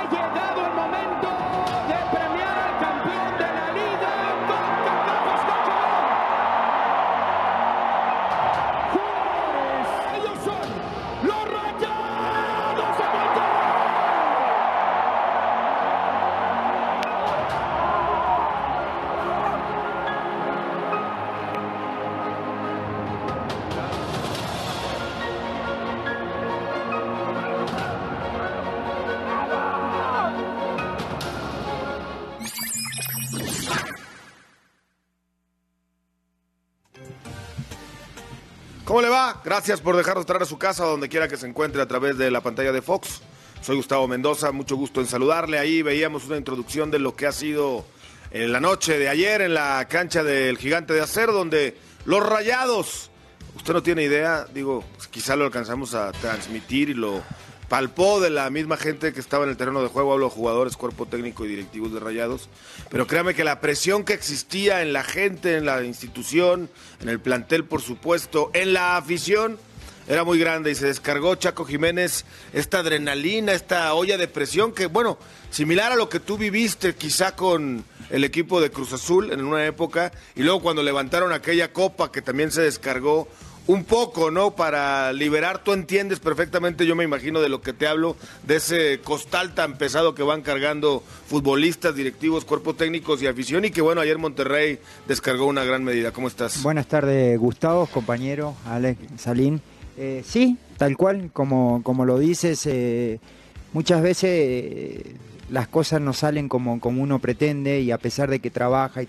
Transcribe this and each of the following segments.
llegado el momento de premiar al campeón de la Liga CONCACAF Jugadores, ellos son los Rayados de Monterrey. ¿Cómo le va? Gracias por dejarnos entrar a su casa, donde quiera que se encuentre a través de la pantalla de Fox. Soy Gustavo Mendoza, mucho gusto en saludarle. Ahí veíamos una introducción de lo que ha sido en la noche de ayer en la cancha del Gigante de Acero, donde los Rayados, usted no tiene idea, digo, quizá lo alcanzamos a transmitir y lo palpó de la misma gente que estaba en el terreno de juego, hablo de jugadores, cuerpo técnico y directivos de Rayados, pero créame que la presión que existía en la gente, en la institución, en el plantel por supuesto, en la afición, era muy grande y se descargó Chaco Jiménez esta adrenalina, esta olla de presión que, bueno, similar a lo que tú viviste quizá con el equipo de Cruz Azul en una época y luego cuando levantaron aquella copa que también se descargó un poco, ¿no? Para liberar, tú entiendes perfectamente, yo me imagino de lo que te hablo, de ese costal tan pesado que van cargando futbolistas, directivos, cuerpos técnicos y afición, y que bueno, ayer Monterrey descargó una gran medida. ¿Cómo estás? Buenas tardes, Gustavo, compañero, Alex, Salim. Sí, tal cual, como lo dices, muchas veces las cosas no salen como uno pretende, y a pesar de que trabaja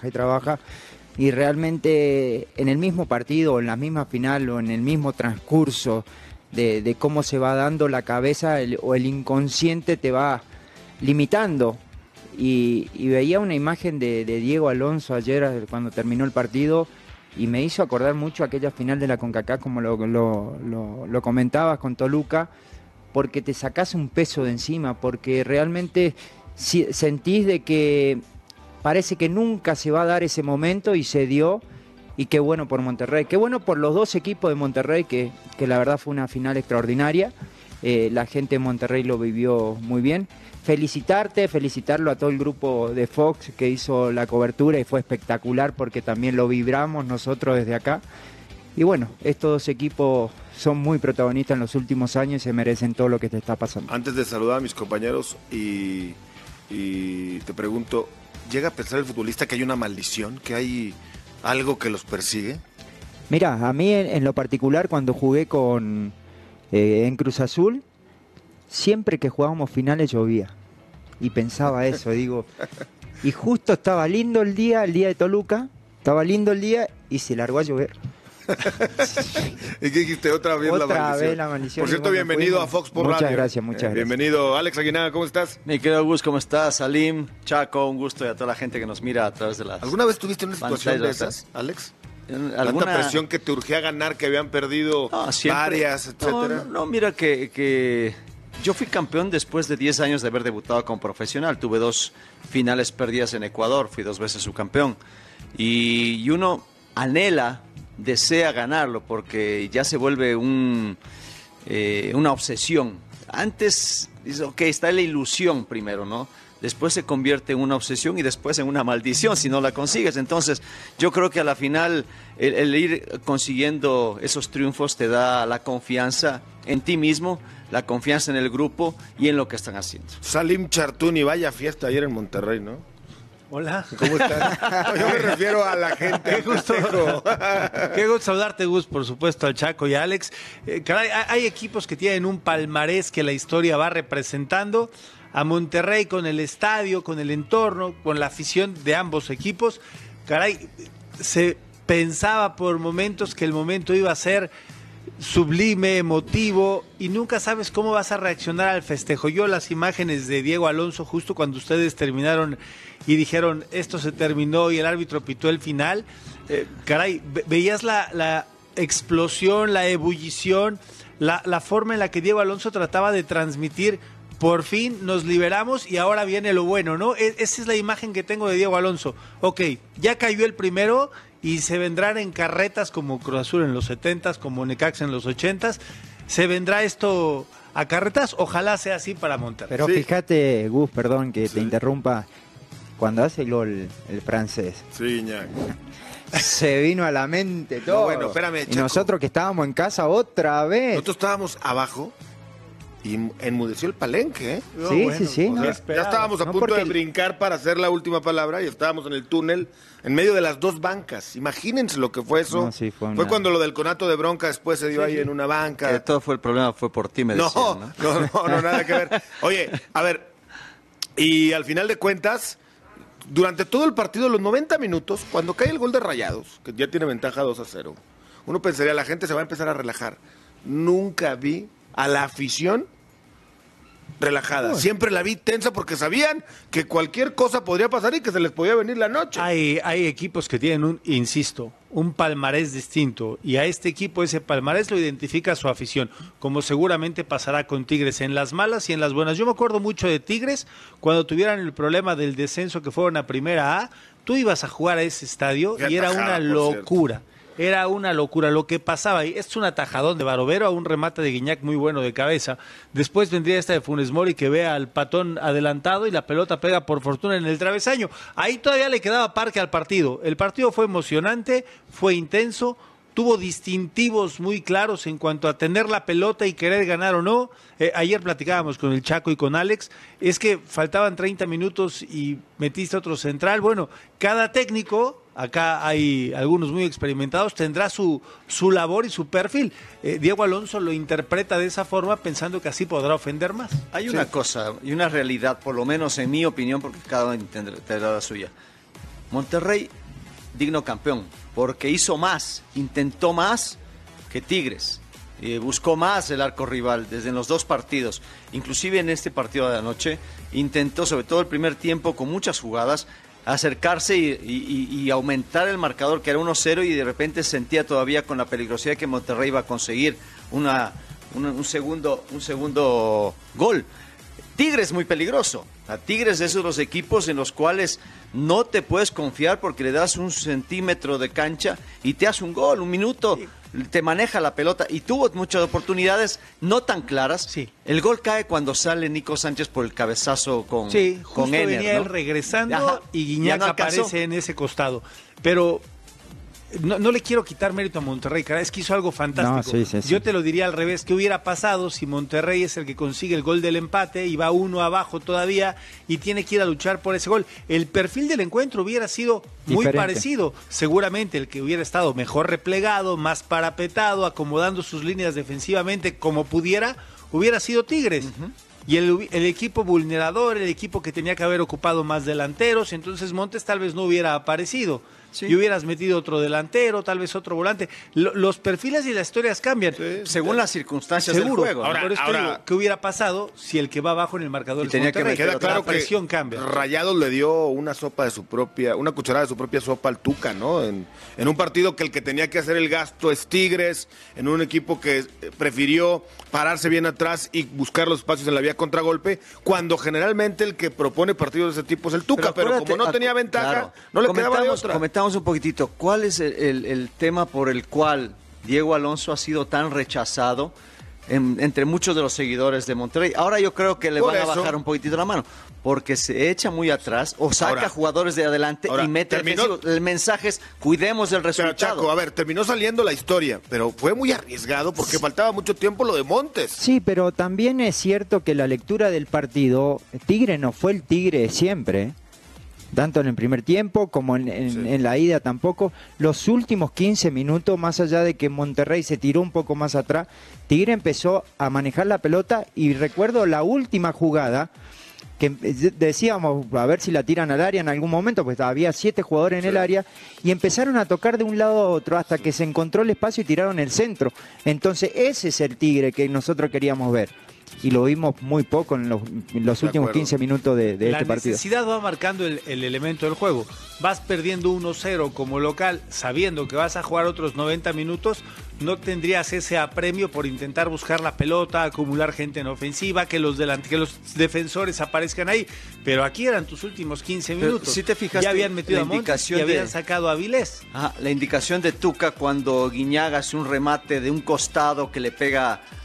y realmente en el mismo partido, o en la misma final, o en el mismo transcurso de cómo se va dando la cabeza o el inconsciente te va limitando. Y veía una imagen de Diego Alonso ayer cuando terminó el partido y me hizo acordar mucho aquella final de la CONCACAF, como lo comentabas con Toluca, porque te sacás un peso de encima, porque realmente sentís de que parece que nunca se va a dar ese momento y se dio, y qué bueno por Monterrey, qué bueno por los dos equipos de Monterrey, que la verdad fue una final extraordinaria. La gente de Monterrey lo vivió muy bien. Felicitarlo a todo el grupo de Fox que hizo la cobertura y fue espectacular porque también lo vibramos nosotros desde acá. Y bueno, estos dos equipos son muy protagonistas en los últimos años y se merecen todo lo que te está pasando. Antes de saludar a mis compañeros y te pregunto, ¿llega a pensar el futbolista que hay una maldición, que hay algo que los persigue? Mira, a mí en lo particular, cuando jugué en Cruz Azul, siempre que jugábamos finales llovía. Y pensaba eso, digo, y justo estaba lindo el día de Toluca, estaba lindo el día y se largó a llover. ¿Y qué dijiste? Otra vez la maldición. Por cierto, bueno, bienvenido a Fox por Radio. Muchas gracias. Bienvenido, Alex Aguinaga, ¿cómo estás? Mi querido Gus, ¿cómo estás? Salim, Chaco, un gusto, y a toda la gente que nos mira a través de las... ¿Alguna vez tuviste una situación de esas, Alex? ¿Tanta presión que te urgía ganar, que habían perdido varias, etcétera? No, mira que yo fui campeón después de 10 años de haber debutado como profesional. Tuve 2 finales perdidas en Ecuador, fui 2 veces subcampeón. Y uno anhela, desea ganarlo porque ya se vuelve una obsesión. Antes, está la ilusión primero, ¿no? Después se convierte en una obsesión y después en una maldición si no la consigues. Entonces, yo creo que a la final el ir consiguiendo esos triunfos te da la confianza en ti mismo, la confianza en el grupo y en lo que están haciendo. Salim Chartuni, vaya fiesta ayer en Monterrey, ¿no? Hola. ¿Cómo estás? Yo me refiero a la gente. Qué gusto saludarte, Gus, por supuesto, al Chaco y a Alex. Caray, hay equipos que tienen un palmarés que la historia va representando. A Monterrey con el estadio, con el entorno, con la afición de ambos equipos. Caray, se pensaba por momentos que el momento iba a ser sublime, emotivo, y nunca sabes cómo vas a reaccionar al festejo. Yo las imágenes de Diego Alonso justo cuando ustedes terminaron y dijeron esto se terminó y el árbitro pitó el final, caray, veías la explosión, la ebullición, la forma en la que Diego Alonso trataba de transmitir: por fin nos liberamos y ahora viene lo bueno, ¿no? Esa es la imagen que tengo de Diego Alonso. Ok, ya cayó el primero y se vendrán en carretas como Cruz Azul en los 70s, como Necaxa en los 80s. Se vendrá esto a carretas. Ojalá sea así para Monterrey. Pero Sí. fíjate, Gus, perdón que Sí. te interrumpa, cuando hace el gol el francés, Sí, Iñak. se vino a la mente todo. No, bueno, espérame, y Chaco. nosotros que estábamos en casa otra vez. Nosotros estábamos abajo y enmudeció el palenque, ¿eh? No, Sí, bueno, sí, sí, O no. sea, ya estábamos a No, punto porque de brincar para hacer la última palabra y estábamos en el túnel en medio de las dos bancas. Imagínense lo que fue eso. No, sí, fue Fue una- cuando lo del conato de bronca después se dio ahí en una banca. Que todo fue el problema, fue por ti, me No, decían, ¿no? no, nada que ver. Oye, a ver, y al final de cuentas, durante todo el partido, los 90 minutos, cuando cae el gol de Rayados, que ya tiene ventaja 2-0, uno pensaría, la gente se va a empezar a relajar. Nunca vi a la afición relajada. Siempre la vi tensa porque sabían que cualquier cosa podría pasar y que se les podía venir la noche. Hay equipos que tienen insisto, un palmarés distinto y a este equipo ese palmarés lo identifica su afición, como seguramente pasará con Tigres en las malas y en las buenas. Yo me acuerdo mucho de Tigres cuando tuvieran el problema del descenso que fueron a Primera A, tú ibas a jugar a ese estadio Qué y era atajada, una por locura. Era una locura lo que pasaba ahí. Es un atajadón de Barovero a un remate de Guiñac muy bueno de cabeza. Después vendría esta de Funes Mori que ve al patón adelantado y la pelota pega por fortuna en el travesaño. Ahí todavía le quedaba parque al partido. El partido fue emocionante, fue intenso, tuvo distintivos muy claros en cuanto a tener la pelota y querer ganar o no. Ayer platicábamos con el Chaco y con Alex, es que faltaban 30 minutos y metiste otro central. Bueno, cada técnico, acá hay algunos muy experimentados, tendrá su labor y su perfil. Diego Alonso lo interpreta de esa forma pensando que así podrá ofender más. Hay una cosa y una realidad, por lo menos en mi opinión, porque cada uno tendrá la suya. Monterrey, digno campeón, porque hizo más, intentó más que Tigres. Buscó más el arco rival desde los dos partidos. Inclusive en este partido de anoche intentó, sobre todo el primer tiempo, con muchas jugadas, acercarse y aumentar el marcador, que era 1-0, y de repente sentía todavía con la peligrosidad que Monterrey iba a conseguir un segundo gol. Tigres muy peligroso. A Tigres es de los equipos en los cuales no te puedes confiar porque le das un centímetro de cancha y te hace un gol, un minuto, te maneja la pelota y tuvo muchas oportunidades no tan claras. Sí. El gol cae cuando sale Nico Sánchez por el cabezazo con Sí, justo con Ener, venía ¿no? él regresando Ajá. y Ya Guiñac no alcanzó. aparece en ese costado. Pero no le quiero quitar mérito a Monterrey, cara, es que hizo algo fantástico. No, sí, sí, sí. Yo te lo diría al revés, ¿qué hubiera pasado si Monterrey es el que consigue el gol del empate y va uno abajo todavía y tiene que ir a luchar por ese gol? El perfil del encuentro hubiera sido muy Diferente. parecido. Seguramente el que hubiera estado mejor replegado, más parapetado, acomodando sus líneas defensivamente como pudiera, hubiera sido Tigres. Y el equipo vulnerador, el equipo que tenía que haber ocupado más delanteros, entonces Montes tal vez no hubiera aparecido. Sí. Y hubieras metido otro delantero, tal vez otro volante. Los perfiles y las historias cambian. Según las circunstancias Seguro. del juego. Ahora, Por esto digo, ¿qué hubiera pasado si el que va abajo en el marcador Y es tenía que Monterrey? meter Queda otra claro La presión que cambia. Rayados le dio una sopa de su propia, una cucharada de su propia sopa al Tuca, ¿no? En un partido que el que tenía que hacer el gasto es Tigres, en un equipo que prefirió pararse bien atrás y buscar los espacios en la vía contragolpe, cuando generalmente el que propone partidos de ese tipo es el Tuca, pero acuérdate, como no tenía ventaja, claro, no le quedaba de otra. Comentamos un poquitito, ¿cuál es el tema por el cual Diego Alonso ha sido tan rechazado entre muchos de los seguidores de Monterrey? Ahora yo creo que le Por van a eso. bajar un poquitito la mano, porque se echa muy atrás o saca Ahora. jugadores de adelante Ahora, y mete terminó- defensivos. El mensaje es, cuidemos el Pero resultado. Chaco, a ver, terminó saliendo la historia, pero fue muy arriesgado porque faltaba mucho tiempo lo de Montes. Sí, pero también es cierto que la lectura del partido, Tigre no fue el Tigre de siempre, ¿eh? Tanto en el primer tiempo como en la ida tampoco. Los últimos 15 minutos, más allá de que Monterrey se tiró un poco más atrás, Tigre empezó a manejar la pelota y recuerdo la última jugada que decíamos a ver si la tiran al área en algún momento, pues había 7 jugadores en el área y empezaron a tocar de un lado a otro hasta que se encontró el espacio y tiraron el centro. Entonces ese es el Tigre que nosotros queríamos ver. Y lo vimos muy poco en los últimos acuerdo. 15 minutos de La este partido. necesidad va marcando el elemento del juego. Vas perdiendo 1-0 como local, sabiendo que vas a jugar otros 90 minutos, no tendrías ese apremio por intentar buscar la pelota, acumular gente en ofensiva, que los defensores aparezcan ahí. Pero aquí eran tus últimos 15 Pero minutos. si te fijaste, ya habían metido la a Montes indicación y habían de- sacado a Avilés. La indicación de Tuca cuando Guiñaga hace un remate de un costado que le pega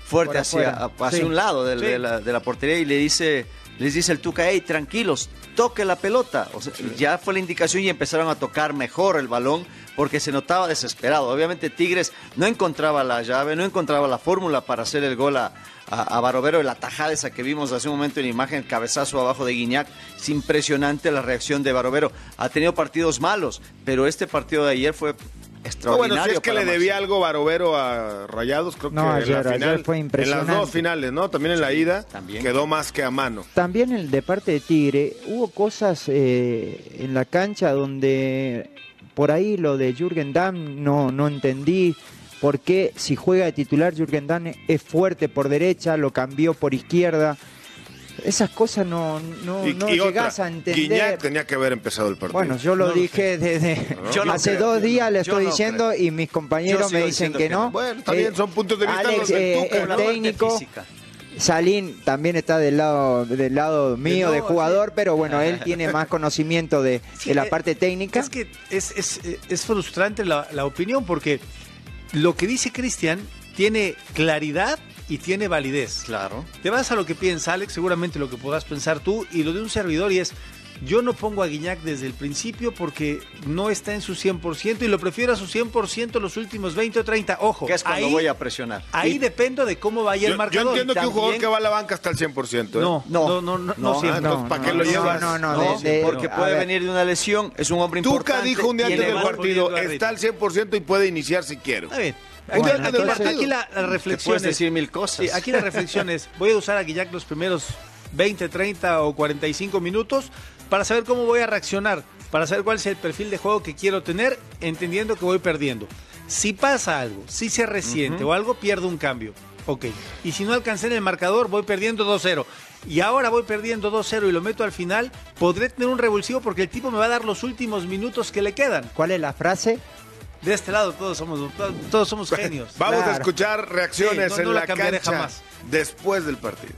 fuerte Por afuera. hacia Sí. un lado de la portería y les dice el Tuca, hey, tranquilos, toque la pelota. O sea, ya fue la indicación y empezaron a tocar mejor el balón porque se notaba desesperado. Obviamente Tigres no encontraba la llave, no encontraba la fórmula para hacer el gol a Barovero. La tajada esa que vimos hace un momento en imagen, el cabezazo abajo de Guiñac, es impresionante la reacción de Barovero. Ha tenido partidos malos, pero este partido de ayer fue extraordinario. Bueno, si es que le debía algo Barovero a Rayados, creo No, que ayer- en la final, ayer fue impresionante. en las dos finales, ¿no? También en la ida también. quedó más que a mano. También de parte de Tigre hubo cosas en la cancha donde por ahí lo de Jürgen Damm no entendí por qué si juega de titular Jürgen Damm es fuerte por derecha, lo cambió por izquierda. Esas cosas no llegás a entender. Guiñac tenía que haber empezado el partido. Bueno, yo lo dije desde Yo no hace creo. 2 días, le Yo estoy no diciendo, y mis Yo compañeros sigo me dicen diciendo que que no. no. Bueno, está bien, son puntos de vista Alex, los del Tuca, el ¿no? técnico, Física. Salín también está del lado mío, No, de jugador, pero bueno, él tiene más conocimiento de la parte técnica. Es que es frustrante la opinión porque lo que dice Cristian tiene claridad y tiene validez. Claro. Te vas a lo que piensa Alex, seguramente lo que podrás pensar tú, y lo de un servidor, y es, yo no pongo a Guiñac desde el principio porque no está en su 100% y lo prefiero a su 100% los últimos 20 o 30. Ojo, Que es cuando ahí, voy a presionar. ahí dependo de cómo vaya el Yo marcador. entiendo que un jugador también- que va a la banca está al 100%. ¿eh? No siempre. entonces, ¿para qué lo llevas? No, porque a puede ver, venir de una lesión, es un hombre importante. Tuca dijo un día antes tiene del más partido, poniendo al está al 100% y puede iniciar si quiere. Está bien. Un día Bueno, antes del entonces- partido. Aquí la Te reflexión puedes es, decir mil cosas. sí, aquí la reflexión es, voy a usar a Guiñac los primeros 20, 30 o 45 minutos para saber cómo voy a reaccionar, para saber cuál es el perfil de juego que quiero tener, entendiendo que voy perdiendo. Si pasa algo, si se resiente o algo, pierdo un cambio. Ok. Y si no alcancé en el marcador, voy perdiendo 2-0. Y ahora voy perdiendo 2-0 y lo meto al final, podré tener un revulsivo porque el tipo me va a dar los últimos minutos que le quedan. ¿Cuál es la frase? De este lado todos somos genios. Vamos a Claro. escuchar reacciones Sí, no en la la cambiaré cancha jamás. después del partido.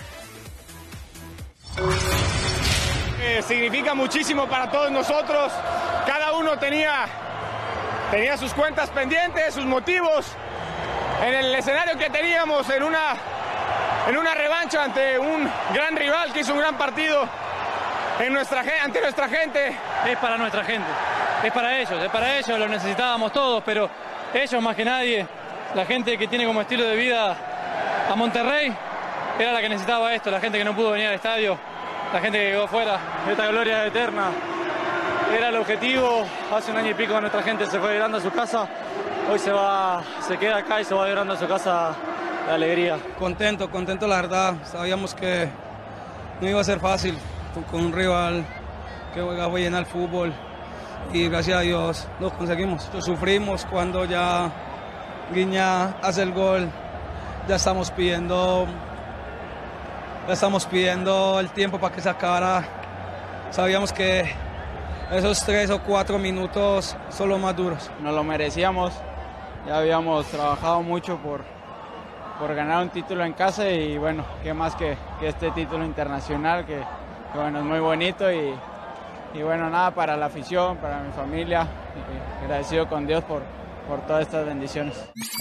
Significa muchísimo para todos nosotros. Cada uno tenía sus cuentas pendientes, sus motivos. En el escenario que teníamos, en una revancha ante un gran rival que hizo un gran partido ante nuestra gente. Es para nuestra gente, es para ellos, lo necesitábamos todos, pero ellos más que nadie, la gente que tiene como estilo de vida a Monterrey, era la que necesitaba esto, la gente que no pudo venir al estadio, la gente que quedó fuera, esta gloria eterna, era el objetivo. Hace 1 año y pico nuestra gente se fue llorando a su casa, hoy se queda acá y se va llorando a su casa de alegría. Contento la verdad, sabíamos que no iba a ser fácil con un rival que juega bien al fútbol y gracias a Dios lo conseguimos. Sufrimos cuando ya Guiñac hace el gol, ya estamos pidiendo el tiempo para que se acabara. Sabíamos que esos 3 o 4 minutos son los más duros. Nos lo merecíamos, ya habíamos trabajado mucho por ganar un título en casa y bueno, qué más que este título internacional que bueno, es muy bonito y bueno, nada, para la afición, para mi familia, y agradecido con Dios por todas estas bendiciones.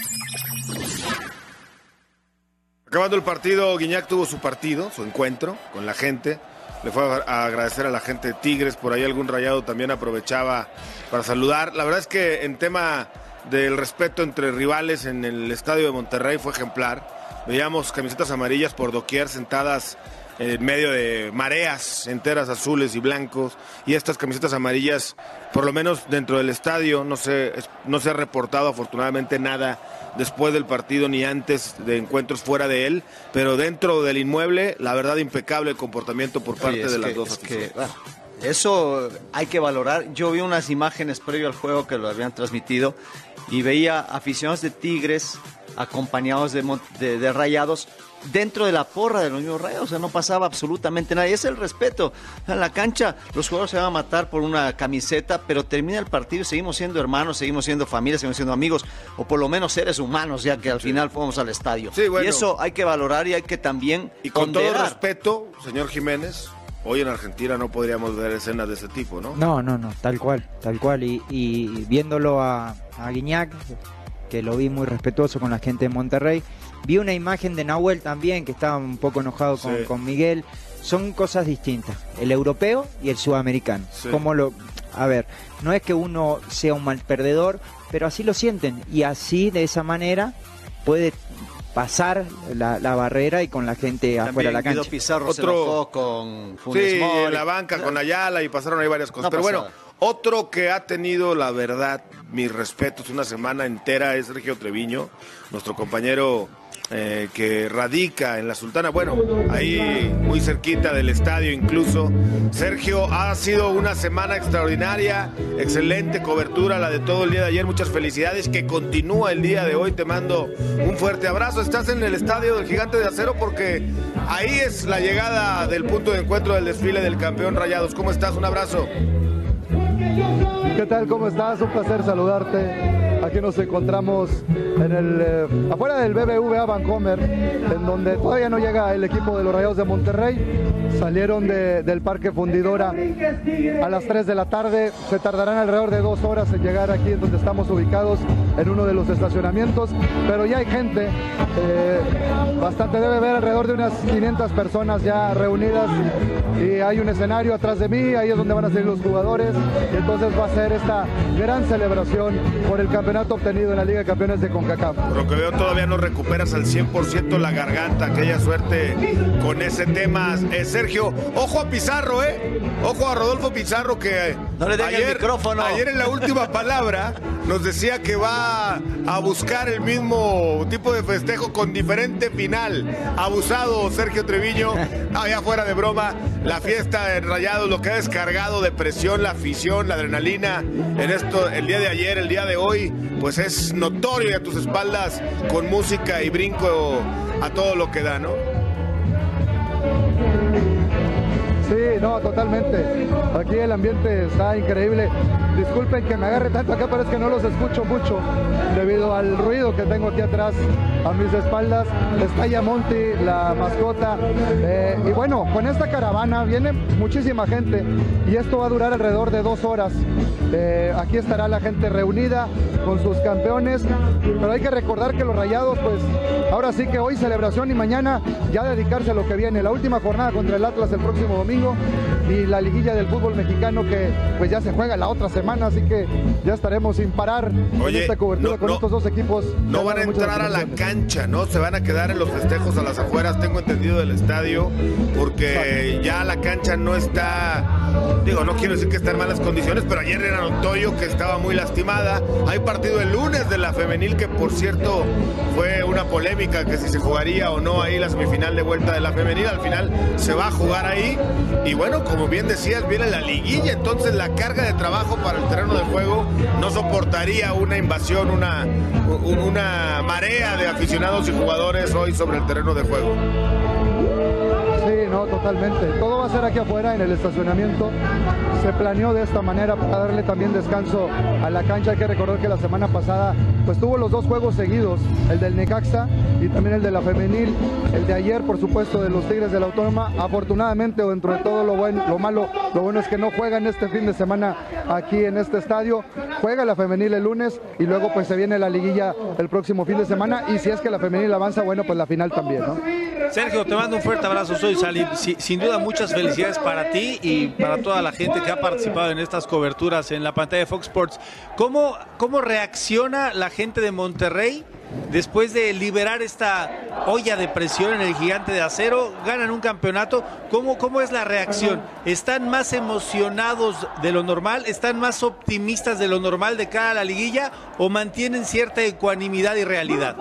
Acabando el partido, Guiñac tuvo su partido, su encuentro con la gente. Le fue a agradecer a la gente de Tigres, por ahí algún rayado también aprovechaba para saludar. La verdad es que en tema del respeto entre rivales en el estadio de Monterrey fue ejemplar. Veíamos camisetas amarillas por doquier sentadas en medio de mareas enteras azules y blancos, y estas camisetas amarillas, por lo menos dentro del estadio, no se ha reportado afortunadamente nada después del partido ni antes de encuentros fuera de él, pero dentro del inmueble, la verdad, impecable el comportamiento por parte de las dos aficiones. Eso hay que valorar. Yo vi unas imágenes previo al juego que lo habían transmitido y veía aficionados de Tigres acompañados de Rayados dentro de la porra de los mismos Rayados. O sea, no pasaba absolutamente nada. Y es el respeto. En la cancha los jugadores se van a matar por una camiseta, pero termina el partido y seguimos siendo hermanos, seguimos siendo familia, seguimos siendo amigos, o por lo menos seres humanos, ya que al final fuimos al estadio. Sí, bueno. Y eso hay que valorar y hay que también Y con todo ponderar. respeto, señor Jiménez, hoy en Argentina no podríamos ver escenas de ese tipo, ¿no? No, tal cual. Y viéndolo a Guiñac, que lo vi muy respetuoso con la gente de Monterrey, Vi una imagen de Nahuel también, que estaba un poco enojado con Miguel. Son cosas distintas, el europeo y el sudamericano. Sí. A ver, no es que uno sea un mal perdedor, pero así lo sienten. Y así, de esa manera, puede pasar la barrera y con la gente también afuera de la cancha. Guido Pizarro se enojó con Funes Mori. En la banca con Ayala y pasaron ahí varias cosas. Pero bueno, otro que ha tenido, la verdad, mis respetos, una semana entera es Sergio Treviño, nuestro compañero que radica en la Sultana, bueno, ahí muy cerquita del estadio incluso. Sergio, ha sido una semana extraordinaria, excelente cobertura la de todo el día de ayer, muchas felicidades, que continúa el día de hoy, te mando un fuerte abrazo. Estás en el estadio del Gigante de Acero porque ahí es la llegada del punto de encuentro del desfile del campeón Rayados. ¿Cómo estás? Un abrazo. ¿Qué tal? ¿Cómo estás? Un placer saludarte. Aquí nos encontramos en afuera del BBVA Bancomer, en donde todavía no llega el equipo de los Rayados de Monterrey. Salieron del Parque Fundidora a las 3 de la tarde. Se tardarán alrededor de 2 horas en llegar aquí en donde estamos ubicados, en uno de los estacionamientos. Pero ya hay gente, bastante, debe haber alrededor de unas 500 personas ya reunidas. Y hay un escenario atrás de mí, ahí es donde van a salir los jugadores. Y entonces va a ser esta gran celebración por el campeonato obtenido en la Liga de Campeones de CONCACAF. Por lo que veo, todavía no recuperas al 100% la garganta. Aquella suerte con ese tema. Sergio, ojo a Pizarro, ojo a Rodolfo Pizarro, que no le den el micrófono. Ayer en la última palabra nos decía que va a buscar el mismo tipo de festejo con diferente final. Abusado Sergio Treviño, allá fuera de broma, la fiesta de Rayados, lo que ha descargado de presión, la afición, la adrenalina en esto, el día de ayer, el día de hoy, pues es notorio, y a tus espaldas con música y brinco a todo lo que da, ¿no? Sí, no, totalmente. Aquí el ambiente está increíble. Disculpen que me agarre tanto acá, pero es que no los escucho mucho debido al ruido que tengo aquí atrás a mis espaldas. Está ya Monty, la mascota. Y bueno, con esta caravana viene muchísima gente y esto va a durar alrededor de 2 horas. Aquí estará la gente reunida con sus campeones, pero hay que recordar que los Rayados, pues ahora sí que hoy celebración y mañana ya dedicarse a lo que viene. La última jornada contra el Atlas el próximo domingo y la liguilla del fútbol mexicano que pues ya se juega la otra semana, así que ya estaremos sin parar en esta cobertura con estos dos equipos. No van a entrar a la cancha, ¿no? Se van a quedar en los festejos a las afueras, tengo entendido, del estadio, porque ya la cancha no está, digo, no quiero decir que está en malas condiciones, pero ayer era notorio que estaba muy lastimada. Hay partido el lunes de la femenil, que por cierto fue una polémica que si se jugaría o no ahí la semifinal de vuelta de la femenil. Al final se va a jugar ahí y bueno, como bien decías, viene la liguilla, entonces la carga de trabajo para el terreno de juego no soportaría una invasión, una marea de aficionados y jugadores hoy sobre el terreno de juego. Sí, no, totalmente. Todo va a ser aquí afuera en el estacionamiento. Se planeó de esta manera para darle también descanso a la cancha. Hay que recordar que la semana pasada pues tuvo los 2 juegos seguidos, el del Necaxa y también el de la femenil. El de ayer, por supuesto, de los Tigres de la Autónoma. Afortunadamente, dentro de todo lo bueno, lo malo, lo bueno es que no juegan este fin de semana aquí en este estadio. Juega la femenil el lunes y luego pues se viene la liguilla el próximo fin de semana, y si es que la femenil avanza, bueno, pues la final también, ¿no? Sergio, te mando un fuerte abrazo, soy Salim. Sin duda muchas felicidades para ti y para toda la gente que ha participado en estas coberturas en la pantalla de Fox Sports. ¿Cómo reacciona la gente de Monterrey después de liberar esta olla de presión en el Gigante de Acero? Ganan un campeonato. ¿Cómo es la reacción? ¿Están más emocionados de lo normal? ¿Están más optimistas de lo normal de cara a la liguilla? ¿O mantienen cierta ecuanimidad y realidad?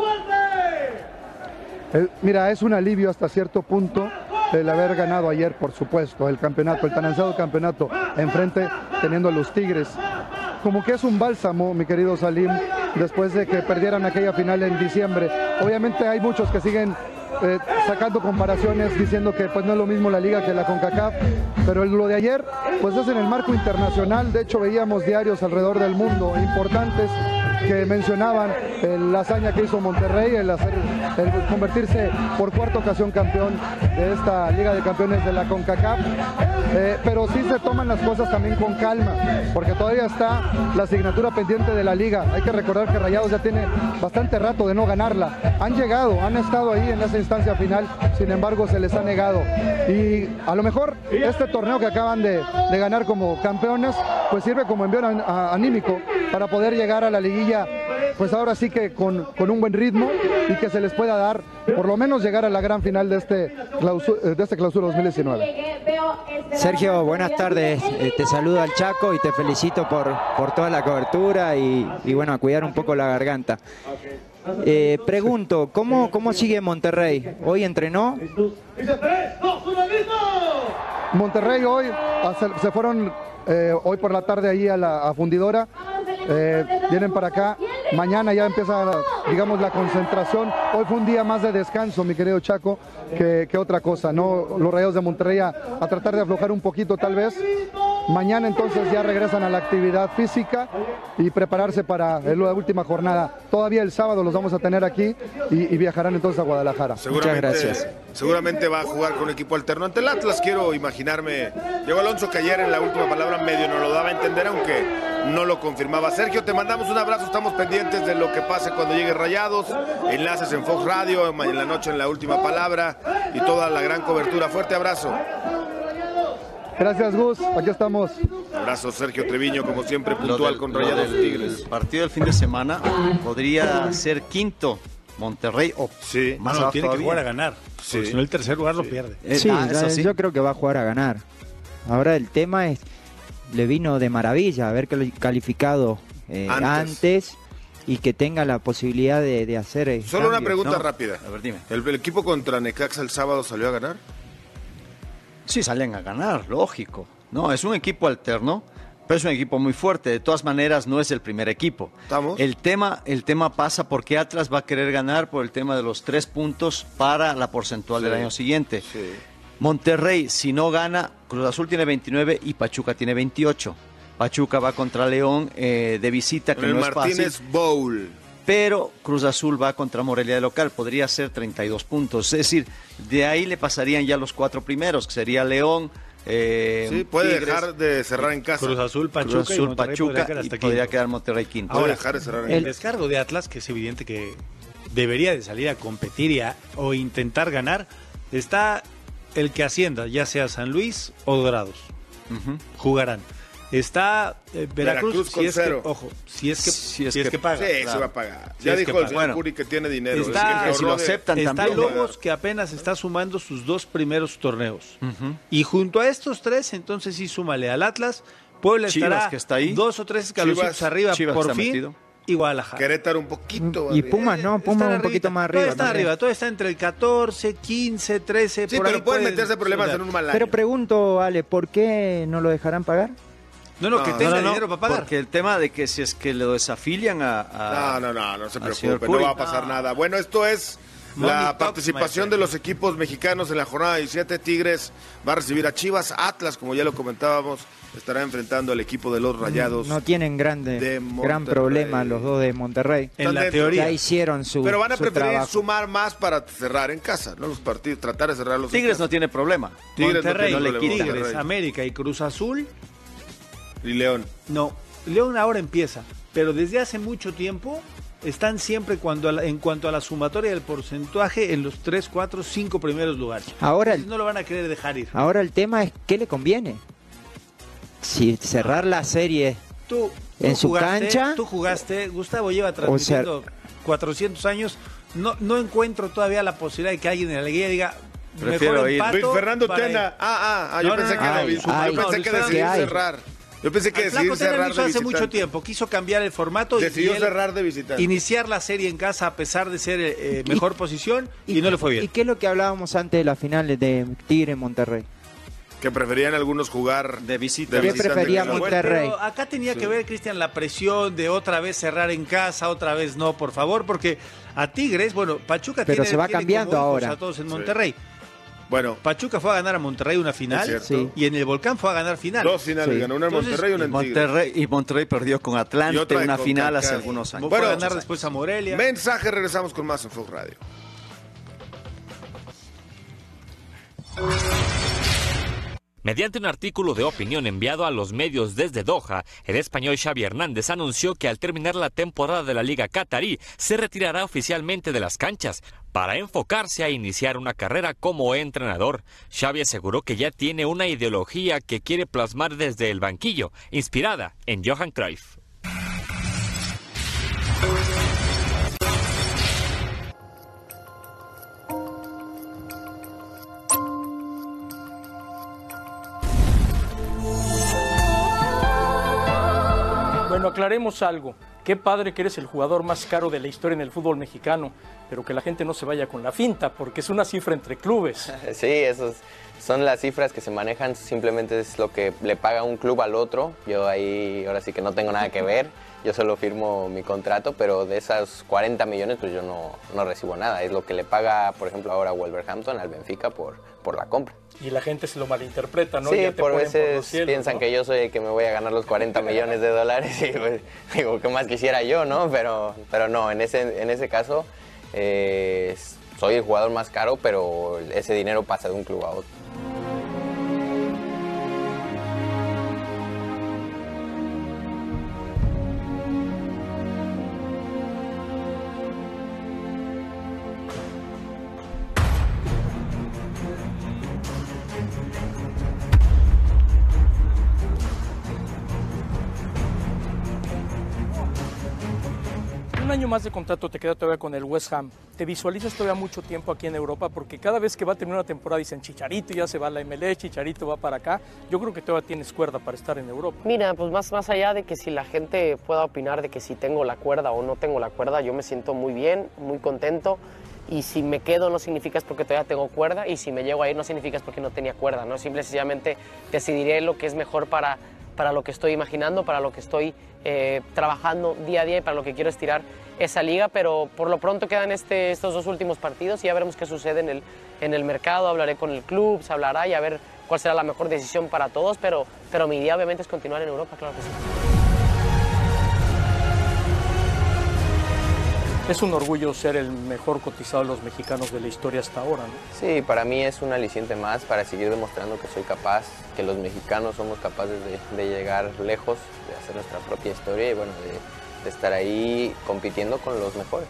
Mira, es un alivio hasta cierto punto el haber ganado ayer, por supuesto, el campeonato, el tan ansiado campeonato, enfrente teniendo a los Tigres. Como que es un bálsamo, mi querido Salim, después de que perdieran aquella final en diciembre. Obviamente hay muchos que siguen sacando comparaciones, diciendo que pues no es lo mismo la liga que la CONCACAF, pero lo de ayer pues es en el marco internacional. De hecho veíamos diarios alrededor del mundo importantes que mencionaban la hazaña que hizo Monterrey, el convertirse por cuarta ocasión campeón de esta Liga de Campeones de la CONCACAF, pero sí se toman las cosas también con calma, porque todavía está la asignatura pendiente de la Liga. Hay que recordar que Rayados ya tiene bastante rato de no ganarla. Han estado ahí en esa instancia final, sin embargo se les ha negado. Y a lo mejor este torneo que acaban de ganar como campeones, pues sirve como envío anímico para poder llegar a la liguilla, pues ahora sí que con un buen ritmo, y que se les pueda dar, por lo menos llegar a la gran final de este clausura 2019. Sergio, buenas tardes. Te saluda el Chaco y te felicito por toda la cobertura y bueno, a cuidar un poco la garganta. Pregunto, ¿cómo sigue Monterrey? ¿Hoy entrenó? Monterrey hoy se fueron hoy por la tarde allí a Fundidora, vienen para acá, mañana ya empieza, digamos, la concentración. Hoy fue un día más de descanso, mi querido Chaco, que otra cosa, ¿no? Los Rayados de Monterrey a tratar de aflojar un poquito tal vez. Mañana entonces ya regresan a la actividad física y prepararse para la última jornada. Todavía el sábado los vamos a tener aquí y viajarán entonces a Guadalajara. Muchas gracias. Seguramente va a jugar con un equipo alterno ante el Atlas. Quiero imaginarme. Llegó Alonso que ayer en la última palabra medio nos lo daba a entender, aunque no lo confirmaba. Sergio, te mandamos un abrazo. Estamos pendientes de lo que pase cuando llegue Rayados. Enlaces en Fox Radio, en la noche en la última palabra y toda la gran cobertura. Fuerte abrazo. Gracias, Gus. Aquí estamos. Abrazo, Sergio Treviño, como siempre, puntual con Rayados Tigres. El partido del fin de semana podría ser quinto Monterrey o sí. Más tiene todavía que jugar a ganar. Sí. Si no, el tercer lugar lo pierde. Sí, yo creo que va a jugar a ganar. Ahora el tema es, le vino de maravilla haber calificado antes y que tenga la posibilidad de hacer. Solo una pregunta rápida. A ver, dime. ¿El equipo contra Necaxa el sábado salió a ganar? Sí, salen a ganar, lógico. No, es un equipo alterno, pero es un equipo muy fuerte. De todas maneras, no es el primer equipo. ¿Estamos? El tema pasa porque Atlas va a querer ganar por el tema de los 3 puntos para la porcentual del año siguiente. Sí. Monterrey, si no gana, Cruz Azul tiene 29 y Pachuca tiene 28. Pachuca va contra León de visita, que en el no es Martínez fácil. Bowl. Pero Cruz Azul va contra Morelia de local, podría ser 32 puntos. Es decir, de ahí le pasarían ya los 4 primeros, que sería León, sí, puede Tigres, dejar de cerrar en casa. Cruz Azul, Pachuca, Cruz Azul, y Monterrey Pachuca, podría y quedar podría quedar Monterrey quinto. Puede dejar de cerrar en El casa. descargo de Atlas, que es evidente que debería de salir a competir o intentar ganar, está el que ascienda, ya sea San Luis o Dorados. Jugarán. Está Veracruz con si es cero. que, ojo, si es que paga. Sí, Claro. se va a pagar. Sí, Ya es dijo que el paga. señor Bueno, Curi que tiene dinero. está- Es si lo ahorró de- aceptan Está también. Lobos, que apenas está sumando sus 2 primeros torneos. Y junto a estos 3, entonces sí súmale al Atlas. Puebla Chivas, estará que está ahí. 2 o 3 escaloncitos Chivas- arriba Chivas por está fin. metido. Y Guadalajara. Querétaro un poquito. Y arriba. Pumas, no, Están Pumas un arribita. poquito más Todo arriba. está también. arriba, todo está entre el 14, 15, 13. Sí, por ahí pero pueden meterse problemas en un mal año. Pero pregunto, Ale, ¿por qué no lo dejarán pagar? No, que tenga dinero para pagar. Porque el tema de que si es que lo desafilian a No se al señor preocupe, Curi. no va a pasar nada. Bueno, esto es Money la talks, participación my de los equipos mexicanos en la jornada 17. Tigres va a recibir a Chivas. Atlas, como ya lo comentábamos, estará enfrentando al equipo de los Rayados. No tienen gran Monterrey. problema los dos de Monterrey. En la dentro. teoría. Ya hicieron su Pero van a su preferir trabajo. sumar más para cerrar en casa, ¿no? Los partidos, tratar de cerrar los Tigres no tiene problema. Tigres Monterrey, no tiene problema, Tigres, Monterrey. América y Cruz Azul. Y León. No, León ahora empieza, pero desde hace mucho tiempo están siempre en cuanto a la sumatoria del porcentaje en los 3, 4, 5 primeros lugares. Ahora Entonces no lo van a querer dejar ir. Ahora el tema es ¿qué le conviene? Si cerrar la serie en su cancha. Tú jugaste, Gustavo lleva transmitiendo 400 años. No encuentro todavía la posibilidad de que alguien en la liguilla diga Prefiero mejor ir. empato Luis Fernando para Tena. No, Yo pensé que no, decidir Luis Fernando, cerrar. Yo pensé que El Flaco decidir Tena lo cerrar hizo de hace mucho visitante. tiempo, quiso cambiar el formato Decidió y él cerrar de visitante. iniciar la serie en casa a pesar de ser mejor posición y no le fue ¿Y bien. qué es lo que hablábamos antes de las finales de Tigre Monterrey? Que preferían algunos jugar De visita. ¿Qué visitante prefería que no. Monterrey? Pero acá tenía que ver, Cristian, la presión de otra vez cerrar en casa, otra vez no, por favor, porque a Tigres, bueno, Pachuca Pero tiene, se va tiene cambiando como hijos ahora. a todos en Monterrey. Bueno, Pachuca fue a ganar a Monterrey una final y en el Volcán fue a ganar final. 2 finales, ganó una en Monterrey y una en Tigres. Y Monterrey perdió con Atlante una final hace algunos años. Fue a ganar después a Morelia. Mensaje, regresamos con más en Fox Radio. Mediante un artículo de opinión enviado a los medios desde Doha, el español Xavi Hernández anunció que al terminar la temporada de la Liga Qatarí se retirará oficialmente de las canchas para enfocarse a iniciar una carrera como entrenador. Xavi aseguró que ya tiene una ideología que quiere plasmar desde el banquillo, inspirada en Johan Cruyff. Bueno, aclaremos algo. Qué padre que eres el jugador más caro de la historia en el fútbol mexicano, pero que la gente no se vaya con la finta, porque es una cifra entre clubes. Sí, esos son las cifras que se manejan, simplemente es lo que le paga un club al otro. Yo ahí ahora sí que no tengo nada que ver, yo solo firmo mi contrato, pero de esas 40 millones pues yo no recibo nada. Es lo que le paga, por ejemplo, ahora Wolverhampton al Benfica por la compra. Y la gente se lo malinterpreta, ¿no? Sí, ya te por veces por cielos, piensan, ¿no?, que yo soy el que me voy a ganar los 40 millones de dólares y pues, digo, ¿qué más quisiera yo, no? Pero no, en ese caso soy el jugador más caro, pero ese dinero pasa de un club a otro. Un año más de contrato te queda todavía con el West Ham. ¿Te visualizas todavía mucho tiempo aquí en Europa? Porque cada vez que va a terminar una temporada dicen Chicharito ya se va a la MLS, Chicharito va para acá. Yo creo que todavía tienes cuerda para estar en Europa. Mira, pues más allá de que si la gente pueda opinar de que si tengo la cuerda o no tengo la cuerda, yo me siento muy bien, muy contento. Y si me quedo no significa es porque todavía tengo cuerda, y si me llego a ir no significa es porque no tenía cuerda, ¿no? Simple y sencillamente decidiré lo que es mejor para lo que estoy imaginando, para lo que estoy trabajando día a día y para lo que quiero estirar esa liga, pero por lo pronto quedan estos 2 últimos partidos y ya veremos qué sucede en el mercado. Hablaré con el club, se hablará y a ver cuál será la mejor decisión para todos, pero mi idea obviamente es continuar en Europa, claro que sí. Es un orgullo ser el mejor cotizado de los mexicanos de la historia hasta ahora, ¿no? Sí, para mí es un aliciente más para seguir demostrando que soy capaz, que los mexicanos somos capaces de llegar lejos, de hacer nuestra propia historia y bueno, de estar ahí compitiendo con los mejores.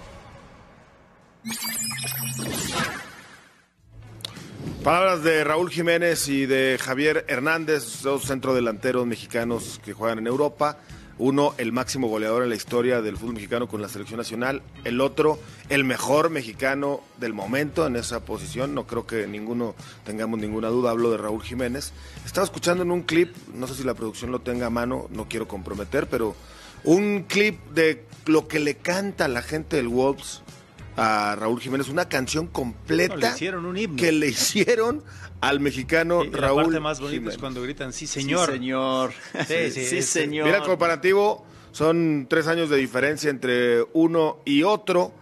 Palabras de Raúl Jiménez y de Javier Hernández, 2 centrodelanteros mexicanos que juegan en Europa. Uno, el máximo goleador en la historia del fútbol mexicano con la selección nacional. El otro, el mejor mexicano del momento en esa posición. No creo que tengamos ninguna duda. Hablo de Raúl Jiménez. Estaba escuchando en un clip, no sé si la producción lo tenga a mano, no quiero comprometer, pero un clip de lo que le canta la gente del Wolves a Raúl Jiménez, una canción completa le hicieron un himno que le hicieron al mexicano Raúl. La parte más bonita Jiménez es cuando gritan sí señor. Sí señor. Sí, señor. Mira el comparativo, son 3 años de diferencia entre uno y otro.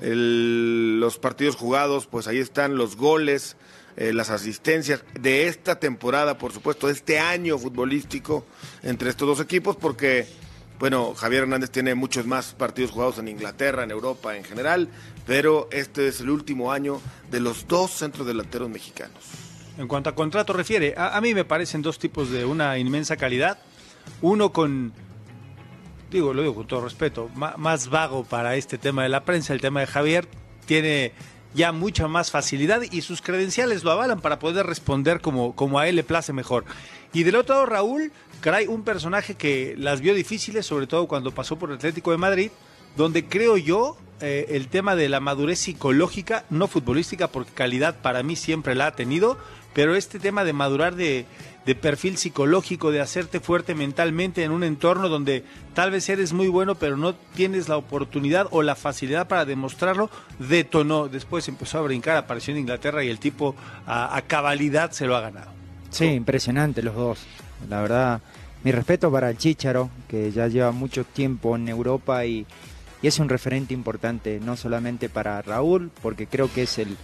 Los partidos jugados, pues ahí están los goles, las asistencias de esta temporada, por supuesto, de este año futbolístico entre estos 2 equipos, porque bueno, Javier Hernández tiene muchos más partidos jugados en Inglaterra, en Europa en general, pero este es el último año de los 2 centrodelanteros mexicanos. En cuanto a contrato refiere, a mí me parecen 2 tipos de una inmensa calidad. Uno lo digo con todo respeto, más vago para este tema de la prensa. El tema de Javier tiene ya mucha más facilidad y sus credenciales lo avalan para poder responder como a él le place mejor. Y del otro lado, Raúl, caray, un personaje que las vio difíciles, sobre todo cuando pasó por el Atlético de Madrid, donde creo yo el tema de la madurez psicológica, no futbolística, porque calidad para mí siempre la ha tenido, pero este tema de madurar de perfil psicológico, de hacerte fuerte mentalmente en un entorno donde tal vez eres muy bueno, pero no tienes la oportunidad o la facilidad para demostrarlo, detonó. Después empezó a brincar, apareció en Inglaterra y el tipo a cabalidad se lo ha ganado. Sí, impresionante los 2. La verdad, mi respeto para el Chícharo, que ya lleva mucho tiempo en Europa y es un referente importante, no solamente para Raúl, porque creo que es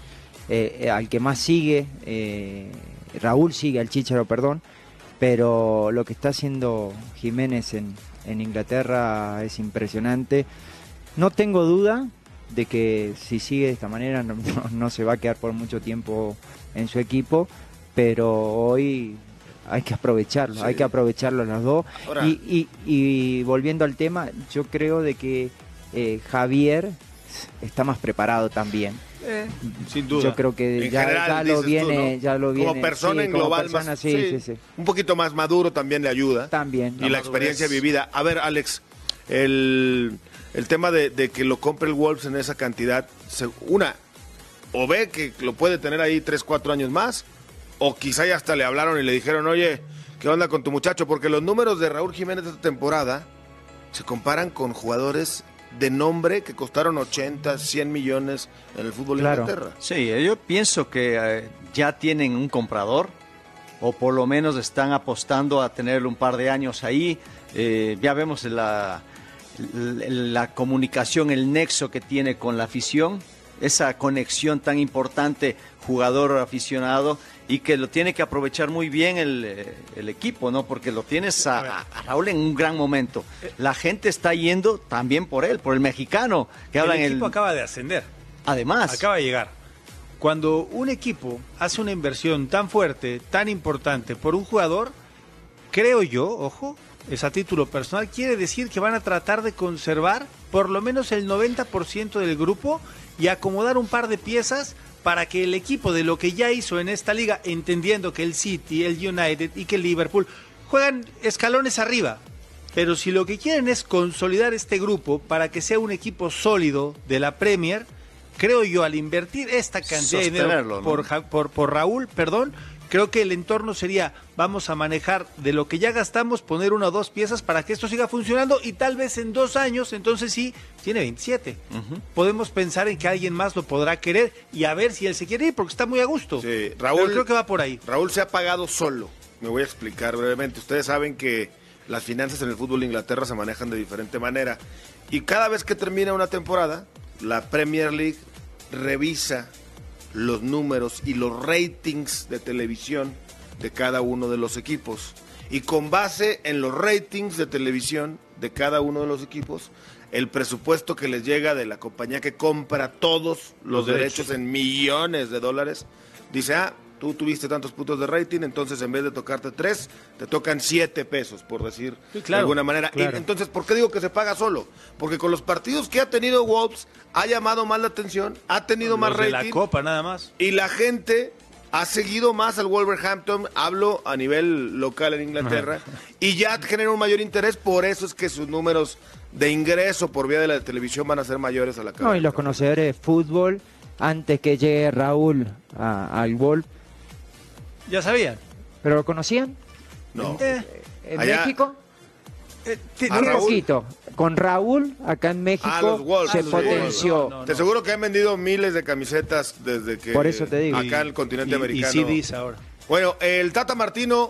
al que más sigue, Raúl sigue al Chícharo, perdón, pero lo que está haciendo Jiménez en Inglaterra es impresionante. No tengo duda de que si sigue de esta manera no se va a quedar por mucho tiempo en su equipo, pero hoy hay que aprovecharlo, hay que aprovecharlo los dos. Ahora, y volviendo al tema, yo creo de que Javier está más preparado también. Sin duda. Yo creo que ya lo viene, como persona en global, sí. Un poquito más maduro también le ayuda. También. Y la experiencia vivida. A ver, Alex, el tema de que lo compre el Wolves en esa cantidad, o ve que lo puede tener ahí 3-4 años más, o quizá ya hasta le hablaron y le dijeron, oye, ¿qué onda con tu muchacho? Porque los números de Raúl Jiménez esta temporada se comparan con jugadores de nombre que costaron 80, 100 millones en el fútbol de Inglaterra. Sí, yo pienso que ya tienen un comprador, o por lo menos están apostando a tenerlo un par de años ahí. Ya vemos la comunicación, el nexo que tiene con la afición, esa conexión tan importante jugador-aficionado, y que lo tiene que aprovechar muy bien el equipo, ¿no? Porque lo tienes a Raúl en un gran momento. La gente está yendo también por él, por el mexicano. Que el equipo acaba de ascender. Además. Acaba de llegar. Cuando un equipo hace una inversión tan fuerte, tan importante por un jugador, creo yo, ojo, es a título personal, quiere decir que van a tratar de conservar por lo menos el 90% del grupo y acomodar un par de piezas para que el equipo, de lo que ya hizo en esta liga, entendiendo que el City, el United y que el Liverpool juegan escalones arriba, pero si lo que quieren es consolidar este grupo para que sea un equipo sólido de la Premier, creo yo, al invertir esta cantidad de dinero por Raúl, creo que el entorno sería, vamos a manejar de lo que ya gastamos, poner 1 o 2 piezas para que esto siga funcionando, y tal vez en 2 años, entonces sí, tiene 27. Podemos pensar en que alguien más lo podrá querer y a ver si él se quiere ir, porque está muy a gusto. Sí, Raúl, pero creo que va por ahí. Raúl se ha pagado solo. Me voy a explicar brevemente. Ustedes saben que las finanzas en el fútbol de Inglaterra se manejan de diferente manera. Y cada vez que termina una temporada, la Premier League revisa los números y los ratings de televisión de cada uno de los equipos. Y con base en los ratings de televisión de cada uno de los equipos, el presupuesto que les llega de la compañía que compra todos los derechos en millones de dólares, dice, tú tuviste tantos puntos de rating, entonces en vez de tocarte 3, te tocan 7 pesos, por decir de alguna manera. Y entonces, ¿por qué digo que se paga solo? Porque con los partidos que ha tenido Wolves, ha llamado más la atención, ha tenido más rating. De la Copa, nada más. Y la gente ha seguido más al Wolverhampton, hablo a nivel local en Inglaterra, y ya genera un mayor interés, por eso es que sus números de ingreso por vía de la televisión van a ser mayores a la cara. No, y los conocedores de fútbol, antes que llegue Raúl al Wolves, ¿ya sabían? ¿Pero lo conocían? No. ¿En México? Muy poquito. Con Raúl, acá en México, se potenció. Te aseguro que han vendido miles de camisetas desde que... Por eso te digo. Acá en el continente americano. Y CDs ahora. Bueno, el Tata Martino,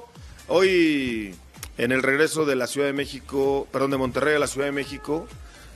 hoy en el regreso de la Ciudad de México, perdón, de Monterrey a la Ciudad de México,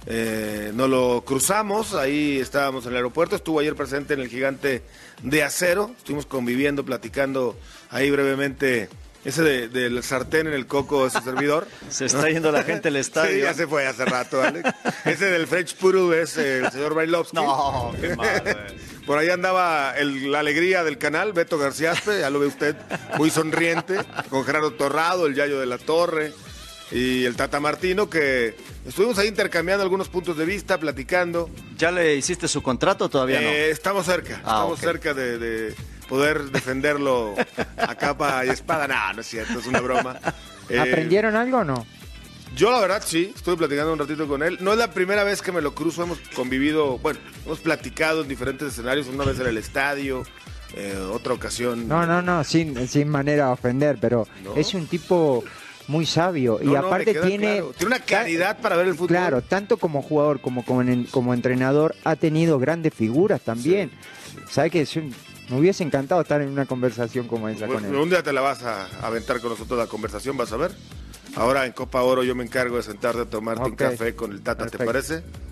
nos lo cruzamos, ahí estábamos en el aeropuerto, estuvo ayer presente en el Gigante de Acero, estuvimos conviviendo, platicando ahí brevemente. Ese del sartén en el coco de su servidor. Se está yendo la gente al estadio. Sí, ya se fue hace rato, Alex. Ese del French Puru es el señor Bailovsky. No, qué mal. Por ahí andaba la alegría del canal, Beto Garciaspe, ya lo ve usted, muy sonriente, con Gerardo Torrado, el Yayo de la Torre y el Tata Martino, que estuvimos ahí intercambiando algunos puntos de vista, platicando. ¿Ya le hiciste su contrato o todavía no? Estamos cerca, cerca de poder defenderlo a capa y espada. No es cierto, es una broma. ¿Aprendieron algo o no? Yo la verdad sí, estuve platicando un ratito con él. No es la primera vez que me lo cruzo, hemos convivido, bueno, hemos platicado en diferentes escenarios, una vez en el estadio, otra ocasión. No, sin manera de ofender, pero es un tipo muy sabio y aparte tiene una claridad para ver el fútbol. Claro, tanto como jugador como entrenador ha tenido grandes figuras también. Sí. ¿Sabes qué? Me hubiese encantado estar en una conversación como esa con él. Un día te la vas a aventar con nosotros la conversación, vas a ver. Ahora en Copa Oro yo me encargo de sentarte a tomarte un café con el Tata, perfecto. ¿Te parece?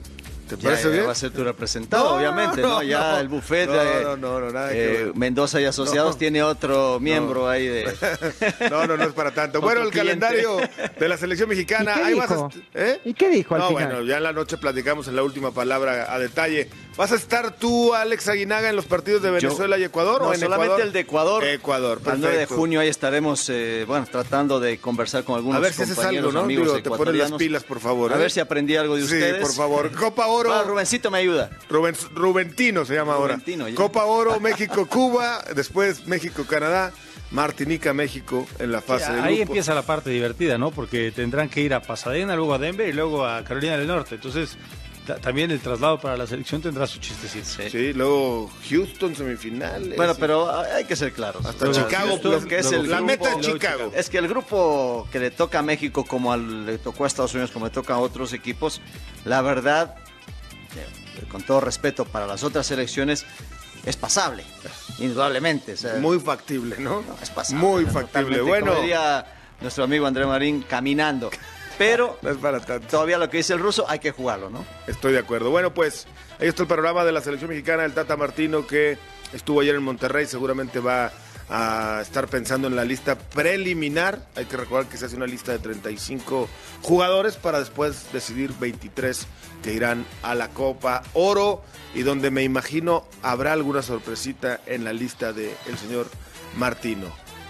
¿Te parece bien? Va a ser tu representado, obviamente, ¿no? Ya el buffet nada que ver. Mendoza y Asociados tiene otro miembro ahí de... No es para tanto. Bueno, el calendario de la selección mexicana. ¿Y qué dijo? ¿Y qué dijo al final? Bueno, ya en la noche platicamos en la última palabra a detalle. ¿Vas a estar tú, Alex Aguinaga, en los partidos de Venezuela y Ecuador? No, ¿o en solamente Ecuador? el de Ecuador. Ecuador, perfecto. El 9 de junio ahí estaremos, tratando de conversar con algunos a ver si haces compañeros, algo, ¿no? amigos Te pones las pilas, por favor. A ver si aprendí algo de ustedes. Sí, por favor. Copa Oro. Rubencito me ayuda. Rubentino se llama Rubentino, ahora. ya. Copa Oro, México-Cuba, después México-Canadá, Martinica-México en la fase de Ahí grupos. empieza la parte divertida, ¿no? Porque tendrán que ir a Pasadena, luego a Denver y luego a Carolina del Norte. Entonces, también el traslado para la selección tendrá su chistecito. Sí, luego Houston, semifinales. Bueno, pero hay que ser claros. Hasta Chicago, la meta es Chicago. Es que el grupo que le toca a México, como le tocó a Estados Unidos, como le toca a otros equipos, la verdad, con todo respeto para las otras selecciones, es pasable, indudablemente. O sea, muy factible, ¿no? Es pasable. Muy factible. Bueno, como diría nuestro amigo André Marín, caminando. Pero no es para tanto. Todavía lo que dice el ruso hay que jugarlo, ¿no? Estoy de acuerdo. Bueno, pues ahí está el panorama de la selección mexicana, el Tata Martino, que estuvo ayer en Monterrey, seguramente va a estar pensando en la lista preliminar. Hay que recordar que se hace una lista de 35 jugadores para después decidir 23 que irán a la Copa Oro, y donde me imagino habrá alguna sorpresita en la lista del señor Martino.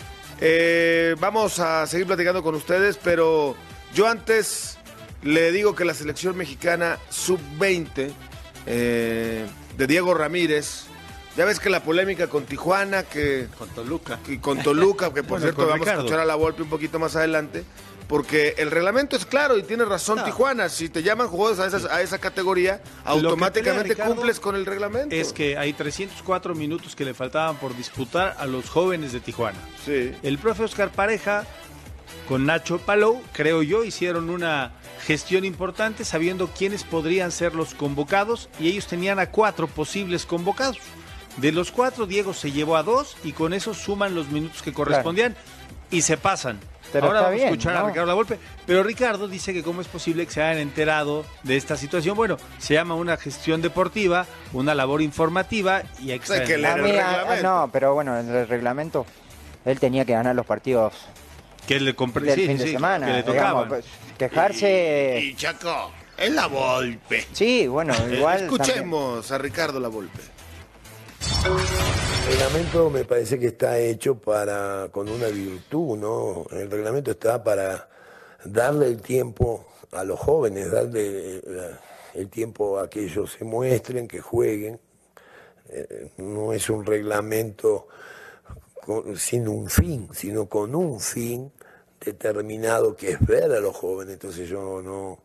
Vamos a seguir platicando con ustedes, pero yo antes le digo que la selección mexicana sub-20 de Diego Ramírez, ya ves que la polémica con Tijuana, con Toluca, y con Toluca, que por cierto vamos Ricardo. a escuchar a la Volpe un poquito más adelante, porque el reglamento es claro y tiene razón Tijuana. Si te llaman jugadores a esa categoría, automáticamente Ricardo, cumples con el reglamento. Es que hay 304 minutos que le faltaban por disputar a los jóvenes de Tijuana. Sí. El profe Oscar Pareja con Nacho Palou, creo yo, hicieron una gestión importante sabiendo quiénes podrían ser los convocados, y ellos tenían a 4 posibles convocados. De los 4, Diego se llevó a 2 y con eso suman los minutos que correspondían y se pasan. Pero ahora está vamos bien, a escuchar ¿no? a Ricardo Lavolpe, pero Ricardo dice que cómo es posible que se hayan enterado de esta situación. Bueno, se llama una gestión deportiva, una labor informativa y hay que Hay que leer el reglamento. No, pero bueno, en el reglamento él tenía que ganar los partidos que le del fin de semana. que le digamos, tocaban. pues, quejarse. Y Chaco, es la Volpe. Sí, bueno, igual. Escuchemos a Ricardo La Volpe. El reglamento me parece que está hecho con una virtud, ¿no? El reglamento está para darle el tiempo a los jóvenes, darle el tiempo a que ellos se muestren, que jueguen. No es un reglamento sin un fin, sino con un fin determinado, que es ver a los jóvenes. Entonces yo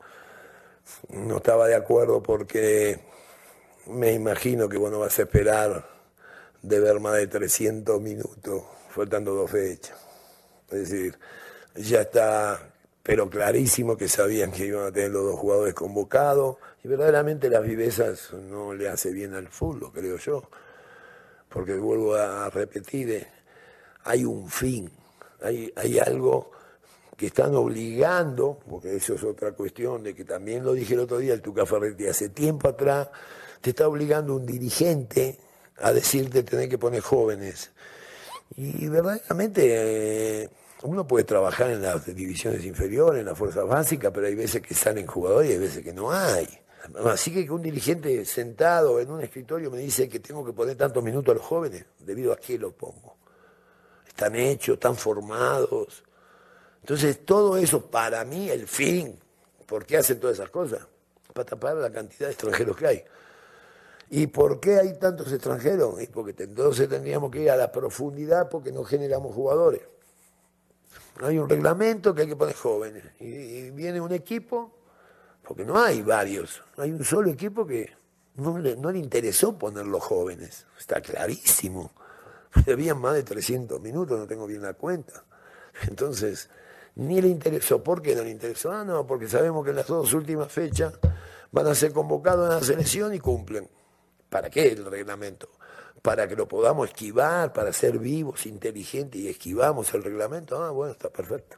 no estaba de acuerdo, porque me imagino que vos no vas a esperar de ver más de 300 minutos, faltando 2 fechas. Es decir, ya está, pero clarísimo que sabían que iban a tener los 2 jugadores convocados, y verdaderamente las vivezas no le hace bien al fútbol, creo yo, porque vuelvo a repetir, hay un fin, hay algo que están obligando, porque eso es otra cuestión, de que también lo dije el otro día, el Tuca Ferretti, hace tiempo atrás, te está obligando un dirigente a decirte tener que poner jóvenes. Y verdaderamente uno puede trabajar en las divisiones inferiores, en las fuerzas básicas, pero hay veces que salen jugadores y hay veces que no hay. Así que un dirigente sentado en un escritorio me dice que tengo que poner tantos minutos a los jóvenes, ¿debido a qué lo pongo? Están hechos, están formados. Entonces todo eso, para mí, el fin. ¿Por qué hacen todas esas cosas? Para tapar la cantidad de extranjeros que hay. ¿Y por qué hay tantos extranjeros? Y porque entonces tendríamos que ir a la profundidad, porque no generamos jugadores. Hay un reglamento que hay que poner jóvenes. Y viene un equipo, porque no hay varios. Hay un solo equipo que no le interesó poner los jóvenes. Está clarísimo. Habían más de 300 minutos, no tengo bien la cuenta. Entonces, ni le interesó. ¿Por qué no le interesó? No, porque sabemos que en las 2 últimas fechas van a ser convocados en la selección y cumplen. ¿Para qué el reglamento? Para que lo podamos esquivar, para ser vivos, inteligentes, y esquivamos el reglamento. Ah, bueno, está perfecto.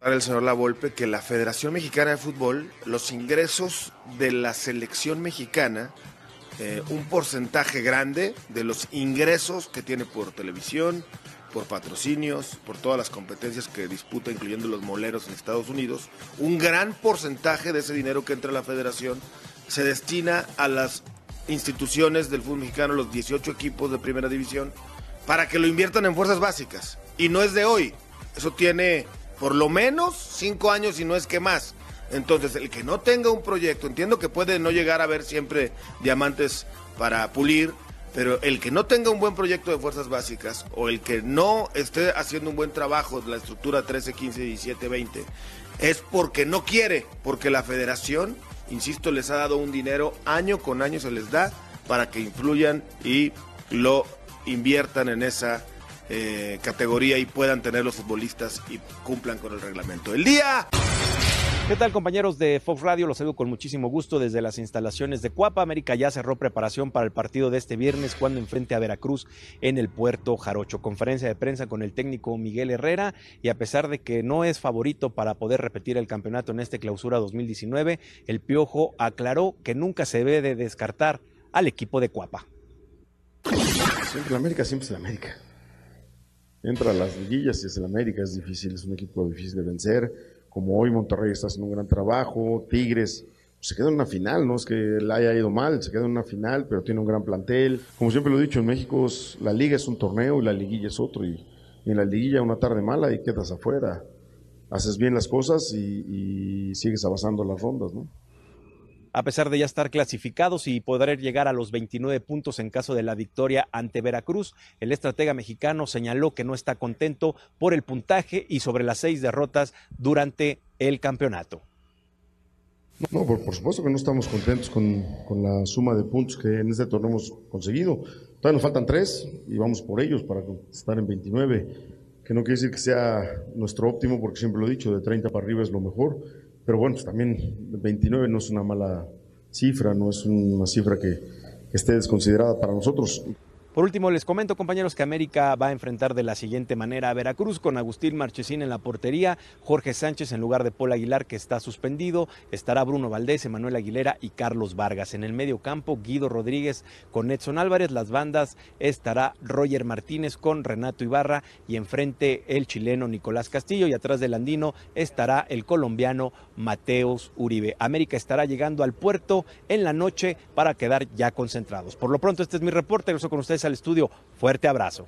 el señor Lavolpe que la Federación Mexicana de Fútbol, los ingresos de la selección mexicana, un porcentaje grande de los ingresos que tiene por televisión, por patrocinios, por todas las competencias que disputa, incluyendo los moleros en Estados Unidos, un gran porcentaje de ese dinero que entra a la federación se destina a las instituciones del fútbol mexicano, los 18 equipos de primera división, para que lo inviertan en fuerzas básicas. Y no es de hoy, eso tiene por lo menos 5 años y no es que más. Entonces, el que no tenga un proyecto, entiendo que puede no llegar a ver siempre diamantes para pulir, pero el que no tenga un buen proyecto de fuerzas básicas o el que no esté haciendo un buen trabajo de la estructura 13, 15, 17, 20, es porque no quiere, porque la federación, insisto, les ha dado un dinero, año con año se les da para que influyan y lo inviertan en esa categoría y puedan tener los futbolistas y cumplan con el reglamento. El día... ¿Qué tal, compañeros de Fox Radio? Los saludo con muchísimo gusto desde las instalaciones de Cuapa. América ya cerró preparación para el partido de este viernes cuando enfrente a Veracruz en el Puerto Jarocho. Conferencia de prensa con el técnico Miguel Herrera, y a pesar de que no es favorito para poder repetir el campeonato en este clausura 2019, el Piojo aclaró que nunca se debe de descartar al equipo de Cuapa. Siempre la América, siempre es la América. Entra a las liguillas y es el América, es difícil, es un equipo difícil de vencer. Como hoy Monterrey está haciendo un gran trabajo, Tigres se queda en una final, no es que le haya ido mal, se queda en una final, pero tiene un gran plantel. Como siempre lo he dicho, en México la liga es un torneo y la liguilla es otro, y en la liguilla una tarde mala y quedas afuera. Haces bien las cosas y sigues avanzando las rondas, ¿no? A pesar de ya estar clasificados y poder llegar a los 29 puntos en caso de la victoria ante Veracruz, el estratega mexicano señaló que no está contento por el puntaje y sobre las 6 derrotas durante el campeonato. No, por supuesto que no estamos contentos con la suma de puntos que en este torneo hemos conseguido. Todavía nos faltan 3 y vamos por ellos para estar en 29, que no quiere decir que sea nuestro óptimo, porque siempre lo he dicho, de 30 para arriba es lo mejor. Pero bueno, pues también 29 no es una mala cifra, no es una cifra que esté desconsiderada para nosotros. Por último, les comento, compañeros, que América va a enfrentar de la siguiente manera a Veracruz, con Agustín Marchesín en la portería, Jorge Sánchez en lugar de Paul Aguilar, que está suspendido, estará Bruno Valdés, Emanuel Aguilera y Carlos Vargas. En el medio campo, Guido Rodríguez con Edson Álvarez, las bandas estará Roger Martínez con Renato Ibarra y enfrente el chileno Nicolás Castillo, y atrás del andino estará el colombiano Mateus Uribe. América estará llegando al puerto en la noche para quedar ya concentrados. Por lo pronto, este es mi reporte, regreso con ustedes al estudio. Fuerte abrazo.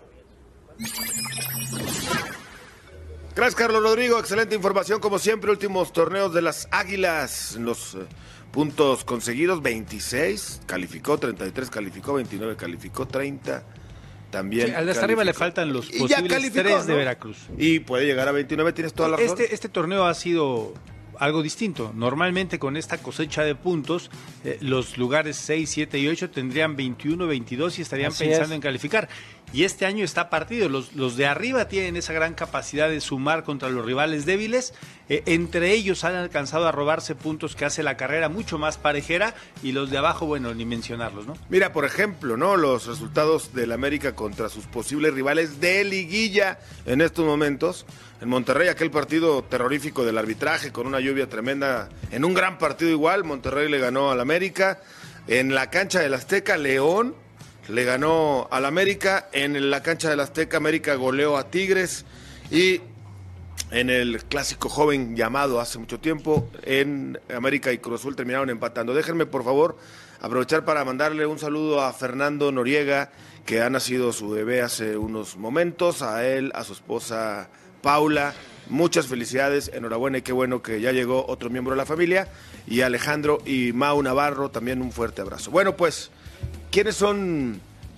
Gracias, Carlos Rodrigo, excelente información como siempre. Últimos torneos de las Águilas, los puntos conseguidos: 26 calificó, 33 calificó, 29 calificó, 30 también. Sí, al de hasta arriba le faltan los posibles 3 de Veracruz. Y puede llegar a 29, tienes toda la razón. Este torneo ha sido algo distinto. Normalmente con esta cosecha de puntos, los lugares 6, 7 y 8 tendrían 21, 22 y estarían pensando en calificar. Y este año está partido. Los de arriba tienen esa gran capacidad de sumar contra los rivales débiles. Entre ellos han alcanzado a robarse puntos que hace la carrera mucho más parejera, y los de abajo, bueno, ni mencionarlos, ¿no? Mira, por ejemplo, ¿no?, los resultados del América contra sus posibles rivales de liguilla en estos momentos. En Monterrey, aquel partido terrorífico del arbitraje con una lluvia tremenda, en un gran partido igual, Monterrey le ganó al América. En la cancha del Azteca, León le ganó al América. En la cancha del Azteca, América goleó a Tigres. Y en el clásico joven llamado hace mucho tiempo, en América y Cruz Azul terminaron empatando. Déjenme, por favor, aprovechar para mandarle un saludo a Fernando Noriega, que ha nacido su bebé hace unos momentos, a él, a su esposa Paula, muchas felicidades, enhorabuena, y qué bueno que ya llegó otro miembro de la familia. Y Alejandro y Mau Navarro, también un fuerte abrazo. Bueno, pues, ¿quiénes son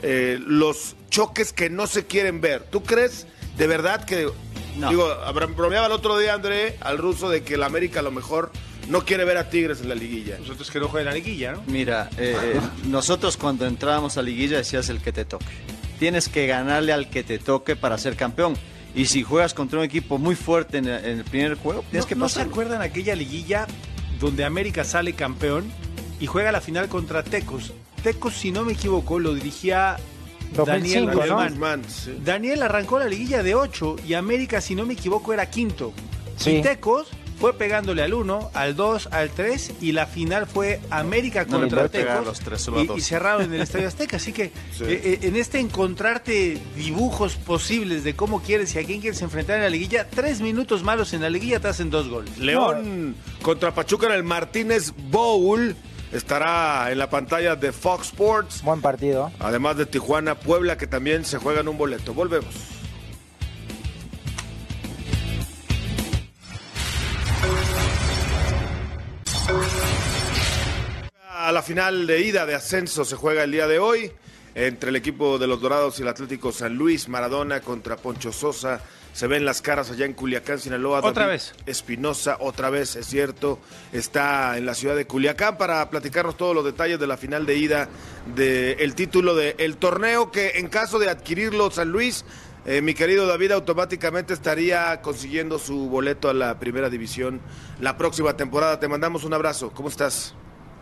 los choques que no se quieren ver? ¿Tú crees de verdad que, no, digo, bromeaba el otro día André, al ruso, de que el América a lo mejor no quiere ver a Tigres en la liguilla? Nosotros que no juegue la liguilla, ¿no? Mira, nosotros cuando entrábamos a liguilla decías el que te toque. Tienes que ganarle al que te toque para ser campeón. Y si juegas contra un equipo muy fuerte en el primer juego, tienes que pasar. ¿No se acuerdan aquella liguilla donde América sale campeón y juega la final contra Tecos? Tecos, si no me equivoco, lo dirigía 2005, Daniel Guzmán. Sí. Daniel arrancó la liguilla de 8 y América, si no me equivoco, era quinto. Sí. Y Tecos fue pegándole al 1, al 2, al 3 y la final fue América contra Tecos los 3, solo a 2. y cerraron en el Estadio Azteca. Así que Sí. en este encontrarte dibujos posibles de cómo quieres y a quién quieres enfrentar en la liguilla, 3 minutos malos en la liguilla te hacen 2 goles. León contra Pachuca en el Martínez Bowl. Estará en la pantalla de Fox Sports. Buen partido. Además de Tijuana, Puebla, que también se juegan un boleto. Volvemos. A la final de ida de ascenso se juega el día de hoy entre el equipo de los Dorados y el Atlético San Luis. Maradona contra Poncho Sosa. Se ven las caras allá en Culiacán, Sinaloa. Otra David vez. Espinosa, otra vez, es cierto. Está en la ciudad de Culiacán para platicarnos todos los detalles de la final de ida del título del torneo, que en caso de adquirirlo San Luis, mi querido David, automáticamente estaría consiguiendo su boleto a la primera división la próxima temporada. Te mandamos un abrazo. ¿Cómo estás?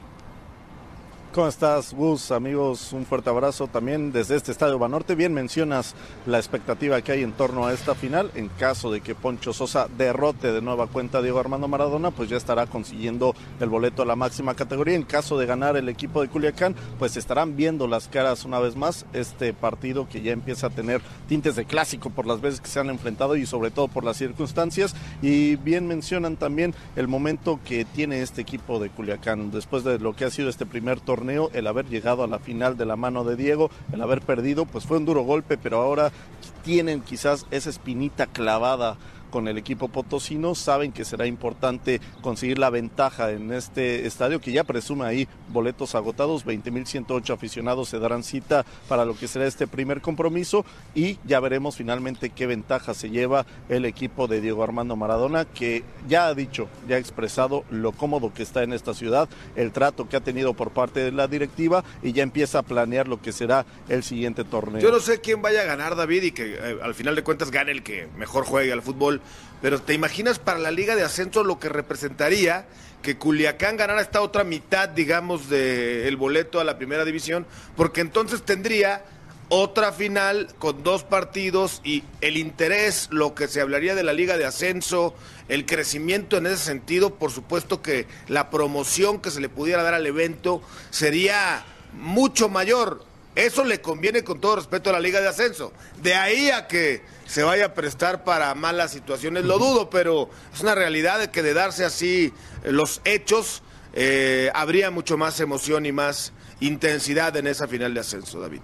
¿Cómo estás, Gus? Amigos, un fuerte abrazo también desde este Estadio Banorte. Bien mencionas la expectativa que hay en torno a esta final. En caso de que Poncho Sosa derrote de nueva cuenta a Diego Armando Maradona, pues ya estará consiguiendo el boleto a la máxima categoría. En caso de ganar el equipo de Culiacán, pues estarán viendo las caras una vez más. Este partido que ya empieza a tener tintes de clásico por las veces que se han enfrentado y sobre todo por las circunstancias. Y bien mencionan también el momento que tiene este equipo de Culiacán después de lo que ha sido este primer torneo. El haber llegado a la final de la mano de Diego, el haber perdido, pues fue un duro golpe, pero ahora tienen quizás esa espinita clavada con el equipo potosino, saben que será importante conseguir la ventaja en este estadio que ya presume ahí boletos agotados. 20.108 aficionados se darán cita para lo que será este primer compromiso y ya veremos finalmente qué ventaja se lleva el equipo de Diego Armando Maradona, que ya ha dicho, ya ha expresado lo cómodo que está en esta ciudad, el trato que ha tenido por parte de la directiva y ya empieza a planear lo que será el siguiente torneo. Yo no sé quién vaya a ganar, David, y que al final de cuentas gane el que mejor juegue al fútbol, pero ¿te imaginas para la Liga de Ascenso lo que representaría que Culiacán ganara esta otra mitad, digamos, del boleto a la primera división? Porque entonces tendría otra final con 2 partidos y el interés, lo que se hablaría de la Liga de Ascenso, el crecimiento en ese sentido, por supuesto que la promoción que se le pudiera dar al evento sería mucho mayor. Eso le conviene, con todo respeto, a la Liga de Ascenso. De ahí a que se vaya a prestar para malas situaciones, lo dudo, pero es una realidad de que de darse así los hechos, habría mucho más emoción y más intensidad en esa final de ascenso, David.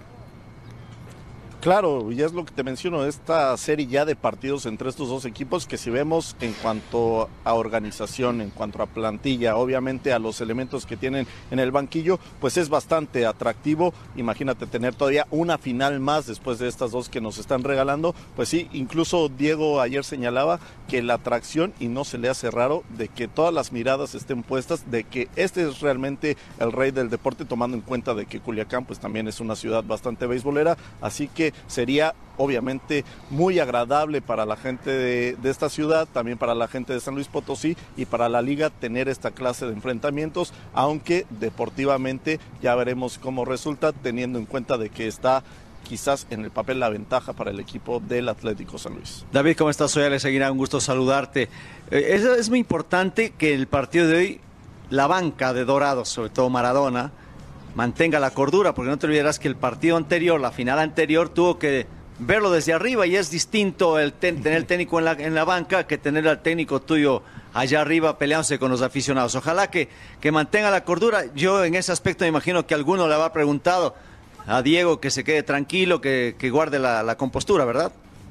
Claro, y es lo que te menciono, esta serie ya de partidos entre estos dos equipos, que si vemos en cuanto a organización, en cuanto a plantilla, obviamente a los elementos que tienen en el banquillo, pues es bastante atractivo. Imagínate tener todavía una final más después de estas dos que nos están regalando. Pues sí, incluso Diego ayer señalaba que la atracción, y no se le hace raro, de que todas las miradas estén puestas, de que este es realmente el rey del deporte, tomando en cuenta de que Culiacán pues también es una ciudad bastante beisbolera, así que sería obviamente muy agradable para la gente de esta ciudad, también para la gente de San Luis Potosí y para la liga tener esta clase de enfrentamientos, aunque deportivamente ya veremos cómo resulta, teniendo en cuenta de que está quizás en el papel la ventaja para el equipo del Atlético San Luis. David, ¿cómo estás? Soy Alex Aguilar, un gusto saludarte. Es muy importante que el partido de hoy, la banca de Dorados, sobre todo Maradona, mantenga la cordura, porque no te olvidarás que el partido anterior, la final anterior, tuvo que verlo desde arriba y es distinto el tener el técnico en la banca que tener al técnico tuyo allá arriba peleándose con los aficionados. Ojalá que mantenga la cordura. Yo en ese aspecto me imagino que alguno le habrá preguntado a Diego que se quede tranquilo, que guarde la compostura, ¿verdad?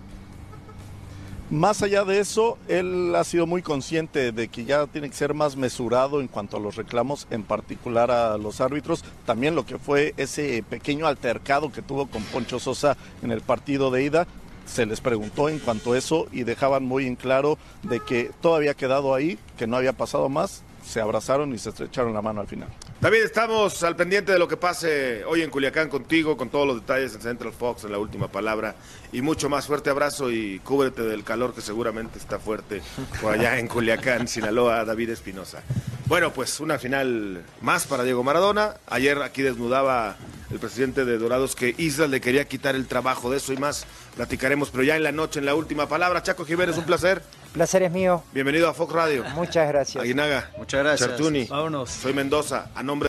Más allá de eso, él ha sido muy consciente de que ya tiene que ser más mesurado en cuanto a los reclamos, en particular a los árbitros. También lo que fue ese pequeño altercado que tuvo con Poncho Sosa en el partido de ida, se les preguntó en cuanto a eso y dejaban muy en claro de que todo había quedado ahí, que no había pasado más. Se abrazaron y se estrecharon la mano al final. David, estamos al pendiente de lo que pase hoy en Culiacán contigo, con todos los detalles en Central Fox, en La Última Palabra y mucho más. Fuerte abrazo y cúbrete del calor que seguramente está fuerte por allá en Culiacán, Sinaloa, David Espinosa. Bueno, pues una final más para Diego Maradona. Ayer aquí desnudaba el presidente de Dorados que Islas le quería quitar el trabajo, de eso y más platicaremos, pero ya en la noche, en La Última Palabra. Chaco Jiménez, un placer. Placer es mío. Bienvenido a Fox Radio. Muchas gracias. Aguinaga. Muchas gracias. Chertuni. Vámonos. Soy Mendoza. A nombre